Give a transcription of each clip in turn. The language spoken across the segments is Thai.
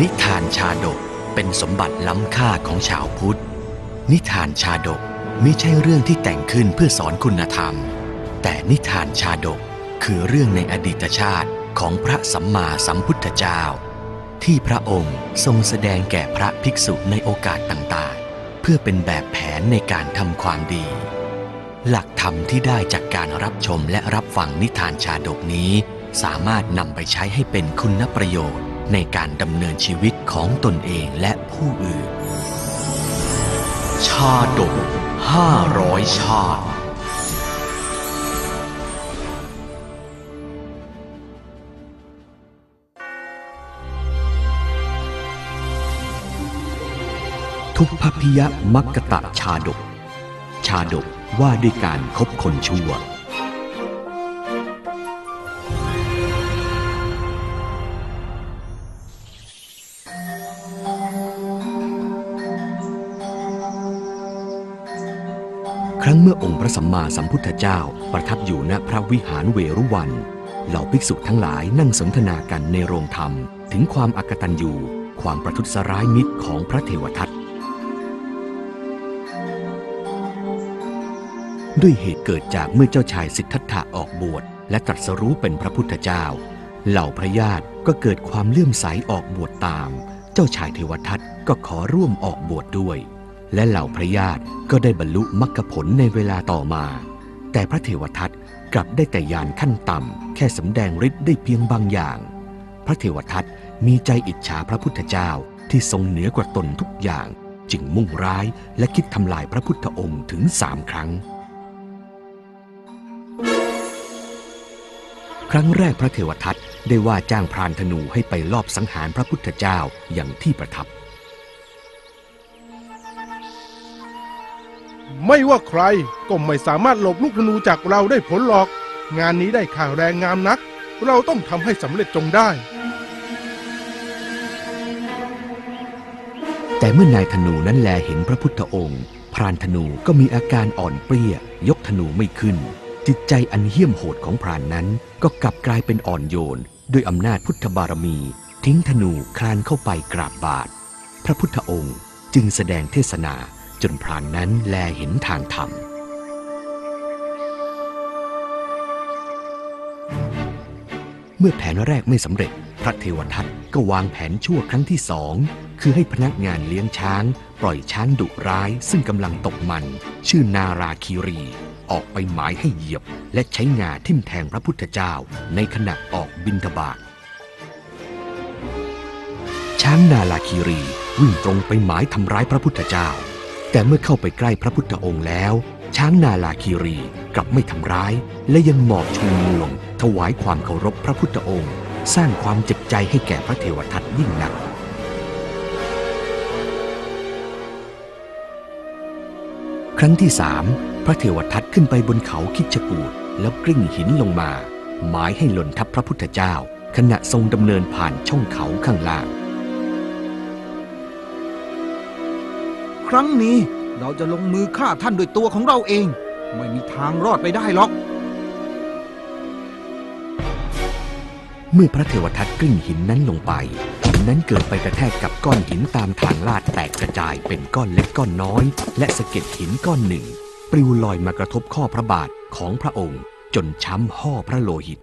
นิทานชาดกเป็นสมบัติล้ำค่าของชาวพุทธนิทานชาดกมิใช่เรื่องที่แต่งขึ้นเพื่อสอนคุณธรรมแต่นิทานชาดกคือเรื่องในอดีตชาติของพระสัมมาสัมพุทธเจ้าที่พระองค์ทรงแสดงแก่พระภิกษุในโอกาสต่างๆเพื่อเป็นแบบแผนในการทำความดีหลักธรรมที่ได้จากการรับชมและรับฟังนิทานชาดกนี้สามารถนำไปใช้ให้เป็นคุณประโยชน์ในการดำเนินชีวิตของตนเองและผู้อื่นชาดก500 ชาติทุพพพิยมัคคตชาดกชาดกว่าด้วยการคบคนชั่วครั้งเมื่อองค์พระสัมมาสัมพุทธเจ้าประทับอยู่ณพระวิหารเวรุวันเหล่าภิกษุทั้งหลายนั่งสนทนากันในโรงธรรมถึงความอกตัญญูความประทุษร้ายมิตรของพระเทวทัตด้วยเหตุเกิดจากเมื่อเจ้าชายสิทธัตถะออกบวชและตรัสรู้เป็นพระพุทธเจ้าเหล่าพระญาติก็เกิดความเลื่อมใสออกบวชตามเจ้าชายเทวทัตก็ขอร่วมออกบวชด้วยและเหล่าพระญาติก็ได้บรรลุมรรคผลในเวลาต่อมาแต่พระเทวทัตกลับได้แต่ญาณขั้นต่ำแค่สำแดงฤทธิ์ได้เพียงบางอย่างพระเทวทัตมีใจอิจฉาพระพุทธเจ้าที่ทรงเหนือกว่าตนทุกอย่างจึงมุ่งร้ายและคิดทำลายพระพุทธองค์ถึง3 ครั้งครั้งแรกพระเทวทัตได้ว่าจ้างพรานธนูให้ไปลอบสังหารพระพุทธเจ้าอย่างที่ประทับไม่ว่าใครก็ไม่สามารถหลบลูกธนูจากเราได้ผลหรอกงานนี้ได้ค่าแรงงามนักเราต้องทำให้สำเร็จจงได้แต่เมื่อนายธนูนั้นแลเห็นพระพุทธองค์พรานธนูก็มีอาการอ่อนเปรี้ยยกธนูไม่ขึ้นจิตใจอันเหี้ยมโหดของพรานนั้นก็กลับกลายเป็นอ่อนโยนด้วยอำนาจพุทธบารมีทิ้งธนูคลานเข้าไปกราบบาทพระพุทธองค์จึงแสดงเทศนาจนพรานนั้นแลเห็นทางธรรมเมื่อแผนแรกไม่สำเร็จพระเทวทัตก็วางแผนชั่วครั้งที่2คือให้พนักงานเลี้ยงช้างปล่อยช้างดุร้ายซึ่งกำลังตกมันชื่อนาราคีรีออกไปหมายให้เหยียบและใช้งาทิ่มแทงพระพุทธเจ้าในขณะออกบิณฑบาตช้างนาราคีรีวิ่งตรงไปหมายทำร้ายพระพุทธเจ้าแต่เมื่อเข้าไปใกล้พระพุทธองค์แล้วช้างนาราคีรีกลับไม่ทำร้ายและยังหมอบชูงวงถวายความเคารพพระพุทธองค์สร้างความเจ็บใจให้แก่พระเทวทัตยิ่งนักครั้งที่3พระเทวทัตขึ้นไปบนเขาคิชกูฏแล้วกลิ้งหินลงมาหมายให้หล่นทับพระพุทธเจ้าขณะทรงดำเนินผ่านช่องเขาข้างล่างครั้งนี้เราจะลงมือฆ่าท่านด้วยตัวของเราเองไม่มีทางรอดไปได้หรอกเมื่อพระเทวทัตกลิ้งหินนั้นลงไปหินนั้นเกิดไปกระแทกกับก้อนหินตามทางลาดแตกกระจายเป็นก้อนเล็กก้อนน้อยและสะเก็ดหินก้อนหนึ่งปลิวลอยมากระทบข้อพระบาทของพระองค์จนช้ำห่อพระโลหิต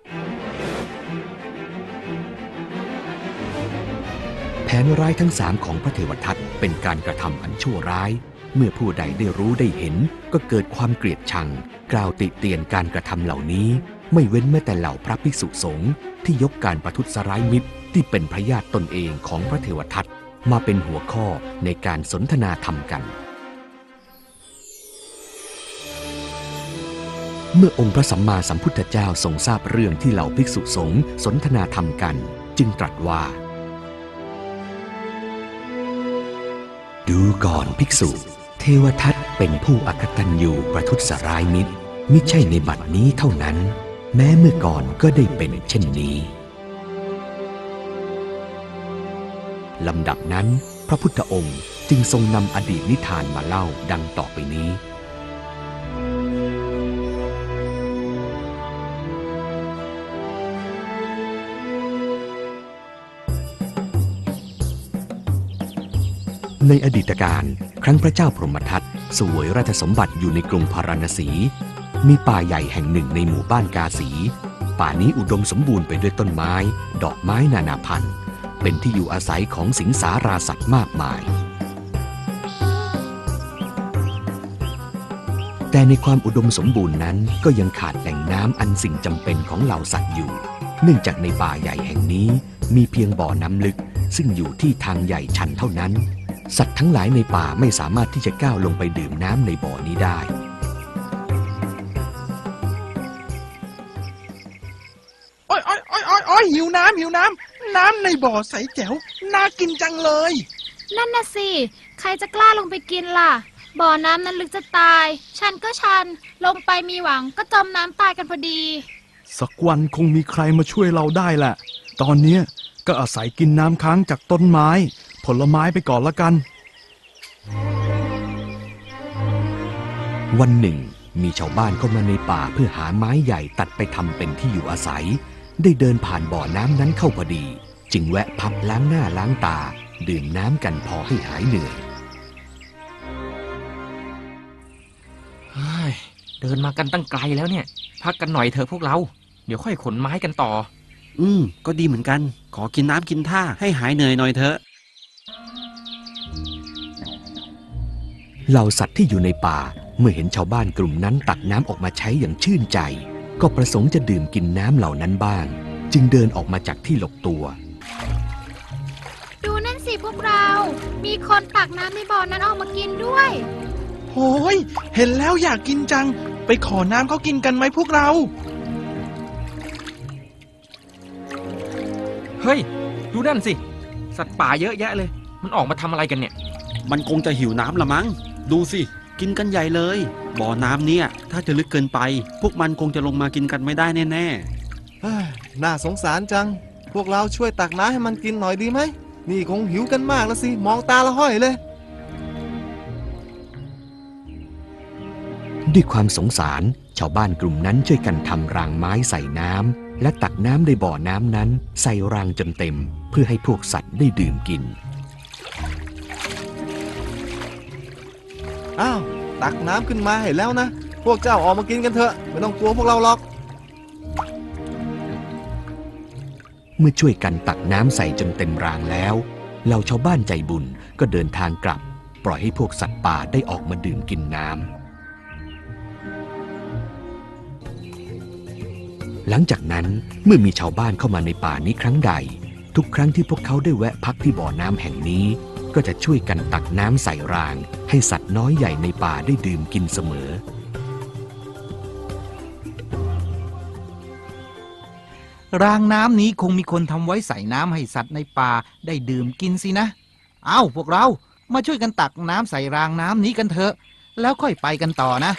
แผนร้ายทั้ง3ของพระเทวทัตเป็นการกระทำอันชั่วร้ายเมื่อผู้ใดได้รู้ได้เห็นก็เกิดความเกลียดชังกล่าวติเตียนการกระทำเหล่านี้ไม่เว้นแม้แต่เหล่าพระภิกษุสงฆ์ที่ยกการประทุษร้ายมิตรที่เป็นพระญาติตนเองของพระเทวทัตมาเป็นหัวข้อในการสนทนาธรรมกันเมื่อองค์พระสัมมาสัมพุทธเจ้าทรงทราบเรื่องที่เหล่าภิกษุสงฆ์สนทนาธรรมกันจึงตรัสว่าดูก่อนภิกษุเทวทัตเป็นผู้อกตัญญูประทุษร้ายมิตรมิใช่ในบัดนี้เท่านั้นแม้เมื่อก่อนก็ได้เป็นเช่นนี้ลำดับนั้นพระพุทธองค์จึงทรงนำอดีตนิทานมาเล่าดังต่อไปนี้คในอดีตการครั้งพระเจ้าพรหมทัตเสวยราชสมบัติอยู่ในกรุงพาราณสีมีป่าใหญ่แห่งหนึ่งในหมู่บ้านกาสีป่านี้อุดมสมบูรณ์ไปด้วยต้นไม้ดอกไม้นานาพันธุ์เป็นที่อยู่อาศัยของสิงสาราสัตว์มากมายแต่ในความอุดมสมบูรณ์นั้นก็ยังขาดแหล่งน้ำอันสิ่งจำเป็นของเหล่าสัตว์อยู่เนื่องจากในป่าใหญ่แห่งนี้มีเพียงบ่อน้ำลึกซึ่งอยู่ที่ทางใหญ่ชันเท่านั้นสัตว์ทั้งหลายในป่าไม่สามารถที่จะก้าวลงไปดื่มน้ำในบ่อนี้ได้โอ้ยหิวน้ำน้ำในบ่อใสแจ๋วน่ากินจังเลยนั่นน่ะสิใครจะกล้าลงไปกินล่ะบ่อน้ำนั้นลึกจะตายชันก็ชันลงไปมีหวังก็จมน้ำตายกันพอดีสักวันคงมีใครมาช่วยเราได้แหละตอนเนี้ยก็อาศัยกินน้ำค้างจากต้นไม้ผลไม้ไปก่อนละกันวันหนึ่งมีชาวบ้านเข้ามาในป่าเพื่อหาไม้ใหญ่ตัดไปทำเป็นที่อยู่อาศัยได้เดินผ่านบ่อน้ำนั้นเข้าพอดีจึงแวะพักล้างหน้าล้างตาดื่มน้ำกันพอให้หายเหนื่อยเดินมากันตั้งไกลแล้วเนี่ยพักกันหน่อยเถอะพวกเราเดี๋ยวค่อยขนไม้กันต่อก็ดีเหมือนกันขอกินน้ำกินท่าให้หายเหนื่อยหน่อยเถอะเหล่าสัตว์ที่อยู่ในป่าเมื่อเห็นชาวบ้านกลุ่มนั้นตักน้ำออกมาใช้อย่างชื่นใจก็ประสงค์จะดื่มกินน้ำเหล่านั้นบ้างจึงเดินออกมาจากที่หลบตัวดูนั่นสิพวกเรามีคนตักน้ำในบ่อนั้นออกมากินด้วยโอ้ยเห็นแล้วอยากกินจังไปขอน้ำเขากินกันไหมพวกเราเฮ้ยดูนั่นสิสัตว์ป่าเยอะแยะเลยมันออกมาทำอะไรกันเนี่ยมันคงจะหิวน้ำละมั้งดูสิกินกันใหญ่เลยบ่อน้ำเนี่ยถ้าจะลึกเกินไปพวกมันคงจะลงมากินกันไม่ได้แน่ๆน่าสงสารจังพวกเราช่วยตักน้ำให้มันกินหน่อยดีไหมนี่คงหิวกันมากแล้วสิมองตาละห้อยเลยด้วยความสงสารชาวบ้านกลุ่มนั้นช่วยกันทำรางไม้ใส่น้ำและตักน้ำในบ่อน้ำนั้นใส่รางจนเต็มเพื่อให้พวกสัตว์ได้ดื่มกินอ้าวตักน้ำขึ้นมาให้แล้วนะพวกเจ้าออกมากินกันเถอะไม่ต้องกลัวพวกเราหรอกเมื่อช่วยกันตักน้ำใส่จนเต็มรางแล้วเหล่าชาวบ้านใจบุญก็เดินทางกลับปล่อยให้พวกสัตว์ป่าได้ออกมาดื่มกินน้ำหลังจากนั้นเมื่อมีชาวบ้านเข้ามาในป่านี้ครั้งใดทุกครั้งที่พวกเขาได้แวะพักที่บ่อน้ำแห่งนี้ก็จะช่วยกันตักน้ำใส่รางให้สัตว์น้อยใหญ่ในป่าได้ดื่มกินเสมอรางน้ำนี้คงมีคนทำไว้ใส่น้ำให้สัตว์ในป่าได้ดื่มกินสินะพวกเรามาช่วยกันตักน้ำใส่รางน้ำนี้กันเถอะแล้วค่อยไปกันต่อนะ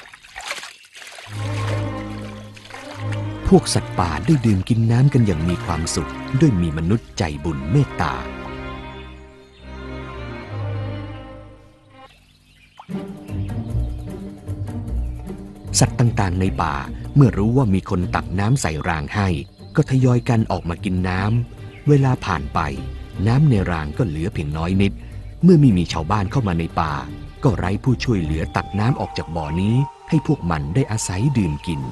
พวกสัตว์ป่าได้ดื่มกินน้ำกันอย่างมีความสุขด้วยมีมนุษย์ใจบุญเมตตาสัตว์ต่างๆในป่าเมื่อรู้ว่ามีคนตักน้ำใส่รางให้ก็ทยอยกันออกมากินน้ำเวลาผ่านไปน้ำในรางก็เหลือเพียงน้อยนิดเมื่อไม่มีชาวบ้านเข้ามาในป่าก็ไร้ผู้ช่วยเหลือตักน้ำออกจากบ่อนี้ให้พวกมันได้อาศัยดื่มกิน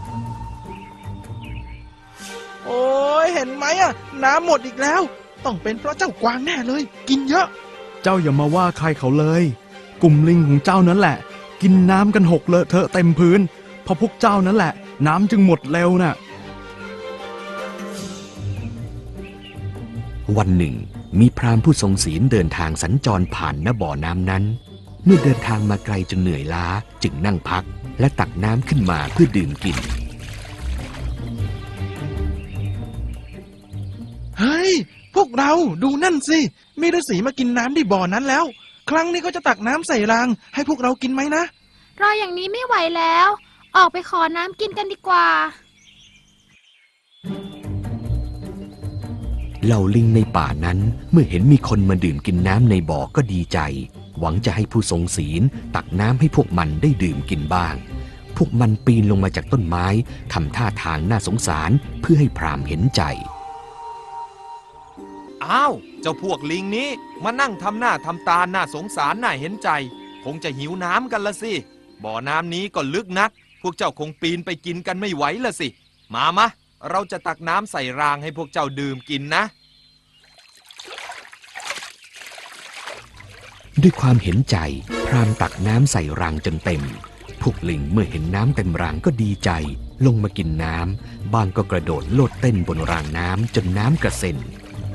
โอ้ยเห็นไหมน้ำหมดอีกแล้วต้องเป็นเพราะเจ้ากวางแน่เลยกินเยอะเจ้าอย่ามาว่าใครเขาเลยกลุ่มลิงของเจ้านั่นแหละกินน้ำกันหกเลอะเทอะเต็มพื้นเพราะพวกเจ้านั่นแหละน้ำจึงหมดเร็วน่ะวันหนึ่งมีพราหมณ์ผู้ทรงศีลเดินทางสัญจรผ่านณบ่อน้ำนั้นเมื่อเดินทางมาไกลจนเหนื่อยล้าจึงนั่งพักและตักน้ำขึ้นมาเพื่อดื่มกินเฮ้ยพวกเราดูนั่นสิมีฤาษีมากินน้ำที่บ่อนั้นแล้วครั้งนี้ก็จะตักน้ำใส่รางให้พวกเรากินไหมนะรออย่างนี้ไม่ไหวแล้วออกไปขอน้ำกินกันดีกว่าเหล่าลิงในป่านั้นเมื่อเห็นมีคนมาดื่มกินน้ำในบ่อก็ดีใจหวังจะให้ผู้ทรงศีลตักน้ำให้พวกมันได้ดื่มกินบ้างพวกมันปีนลงมาจากต้นไม้ทำท่าทางน่าสงสารเพื่อให้พราหมณ์เห็นใจอ้าวเจ้าพวกลิงนี้มานั่งทำหน้าทำตาน่าสงสารน่าเห็นใจคงจะหิวน้ำกันละสิบ่อน้ำนี้ก็ลึกนักพวกเจ้าคงปีนไปกินกันไม่ไหวละสิมาเราจะตักน้ำใส่รางให้พวกเจ้าดื่มกินนะด้วยความเห็นใจพรามตักน้ำใส่รางจนเต็มพวกลิงเมื่อเห็นน้ำเต็มรางก็ดีใจลงมากินน้ำบางก็กระโดดโลดเต้นบนรางน้ำจนน้ำกระเซ็น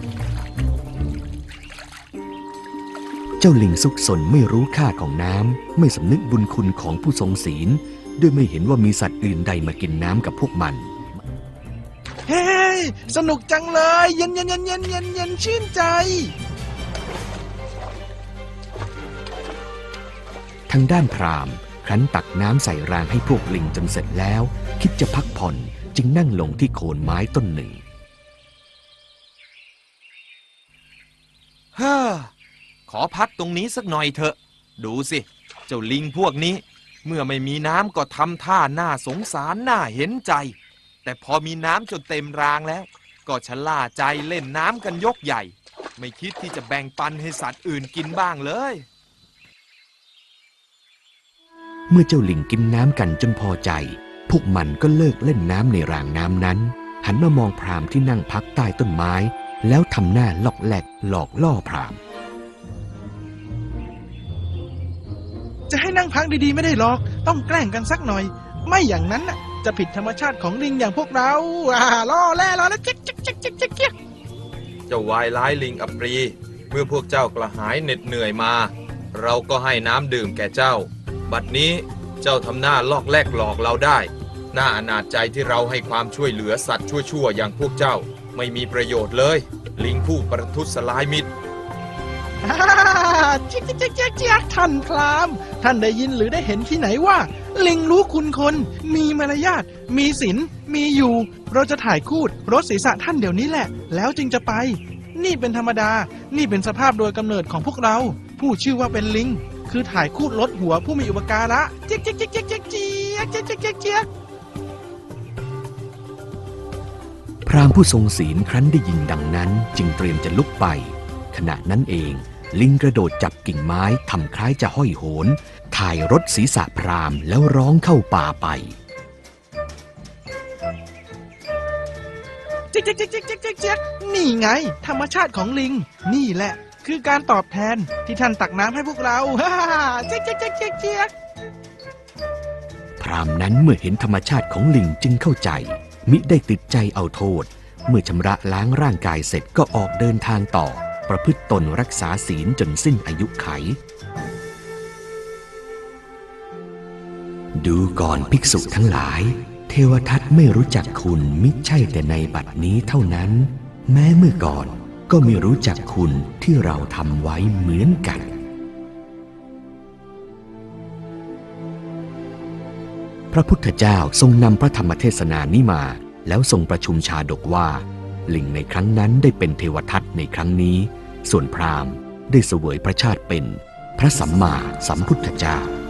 เจ้าลิงซุกซนไม่รู้ค่าของน้ำไม่สำนึกบุญคุณของผู้ทรงศีลด้วยไม่เห็นว่ามีสัตว์อื่นใดมากินน้ำกับพวกมันเฮ้ สนุกจังเลยเย็นชื่นใจทางด้านพราหมณ์ครั้นตักน้ำใส่รางให้พวกลิงจนเสร็จแล้วคิดจะพักผ่อนจึงนั่งลงที่โคนไม้ต้นหนึ่งขอพักตรงนี้สักหน่อยเถอะดูสิเจ้าลิงพวกนี้เมื่อไม่มีน้ำก็ทำท่าน่าสงสารน่าเห็นใจแต่พอมีน้ำจนเต็มรางแล้วก็ชะล่าใจเล่นน้ำกันยกใหญ่ไม่คิดที่จะแบ่งปันให้สัตว์อื่นกินบ้างเลยเมื่อเจ้าลิงกินน้ำกันจนพอใจพวกมันก็เลิกเล่นน้ำในรางน้ำนั้นหันมามองพราหมณ์ที่นั่งพักใต้ต้นไม้แล้วทำหน้าลอกแหลกหลอกล่อพราหมณ์จะให้นั่งพักดีๆไม่ได้หรอกต้องแกล้งกันสักหน่อยไม่อย่างนั้นน่ะจะผิดธรรมชาติของลิงอย่างพวกเราล่อแล้วเจ๊กเจ้าวายร้ายลิงอัปรีเมื่อพวกเจ้ากระหายเหน็ดเหนื่อยมาเราก็ให้น้ำดื่มแก่เจ้าบัดนี้เจ้าทำหน้าลอกแลกหลอกเราได้น่าอนาจใจที่เราให้ความช่วยเหลือสัตว์ชั่วๆอย่างพวกเจ้าไม่มีประโยชน์เลยลิงผู้ประทุษร้ายมิตรเจ๊กท่านพราหมณ์ท่านได้ยินหรือได้เห็นที่ไหนว่าลิงรู้คุณคนมีมารยาทมีศีลมีอยู่เราจะถ่ายคูดรถศีรษะท่านเดี๋ยวนี้แหละแล้วจึงจะไปนี่เป็นธรรมดานี่เป็นสภาพโดยกำเนิดของพวกเราผู้ชื่อว่าเป็นลิงคือถ่ายคูดรถหัวผู้มีอุปการะเจ๊กพราหมณ์ผู้ทรงศีลครั้นได้ยินดังนั้นจึงเตรียมจะลุกไปขณะนั้นเองลิงกระโดดจับกิ่งไม้ทำคล้ายจะห้อยโหนถ่ายรถศีรษะพราหมณ์แล้วร้องเข้าป่าไปเจ๊กนี่ไงธรรมชาติของลิงนี่แหละคือการตอบแทนที่ท่านตักน้ำให้พวกเราเจ๊กพราหมณ์นั้นเมื่อเห็นธรรมชาติของลิงจึงเข้าใจมิได้ติดใจเอาโทษเมื่อชำระล้างร่างกายเสร็จก็ออกเดินทางต่อประพฤติตนรักษาศีลจนสิ้นอายุไขดูก่อนภิกษุทั้งหลายเทวทัตไม่รู้จักคุณมิใช่แต่ในบัดนี้เท่านั้นแม้เมื่อก่อนก็ไม่รู้จักคุณที่เราทำไว้เหมือนกันพระพุทธเจ้าทรงนำพระธรรมเทศนานี้มาแล้วทรงประชุมชาดกว่าลิงในครั้งนั้นได้เป็นเทวทัตในครั้งนี้ส่วนพราหมณ์ได้เสวยพระชาติเป็นพระสัมมาสัมพุทธเจ้า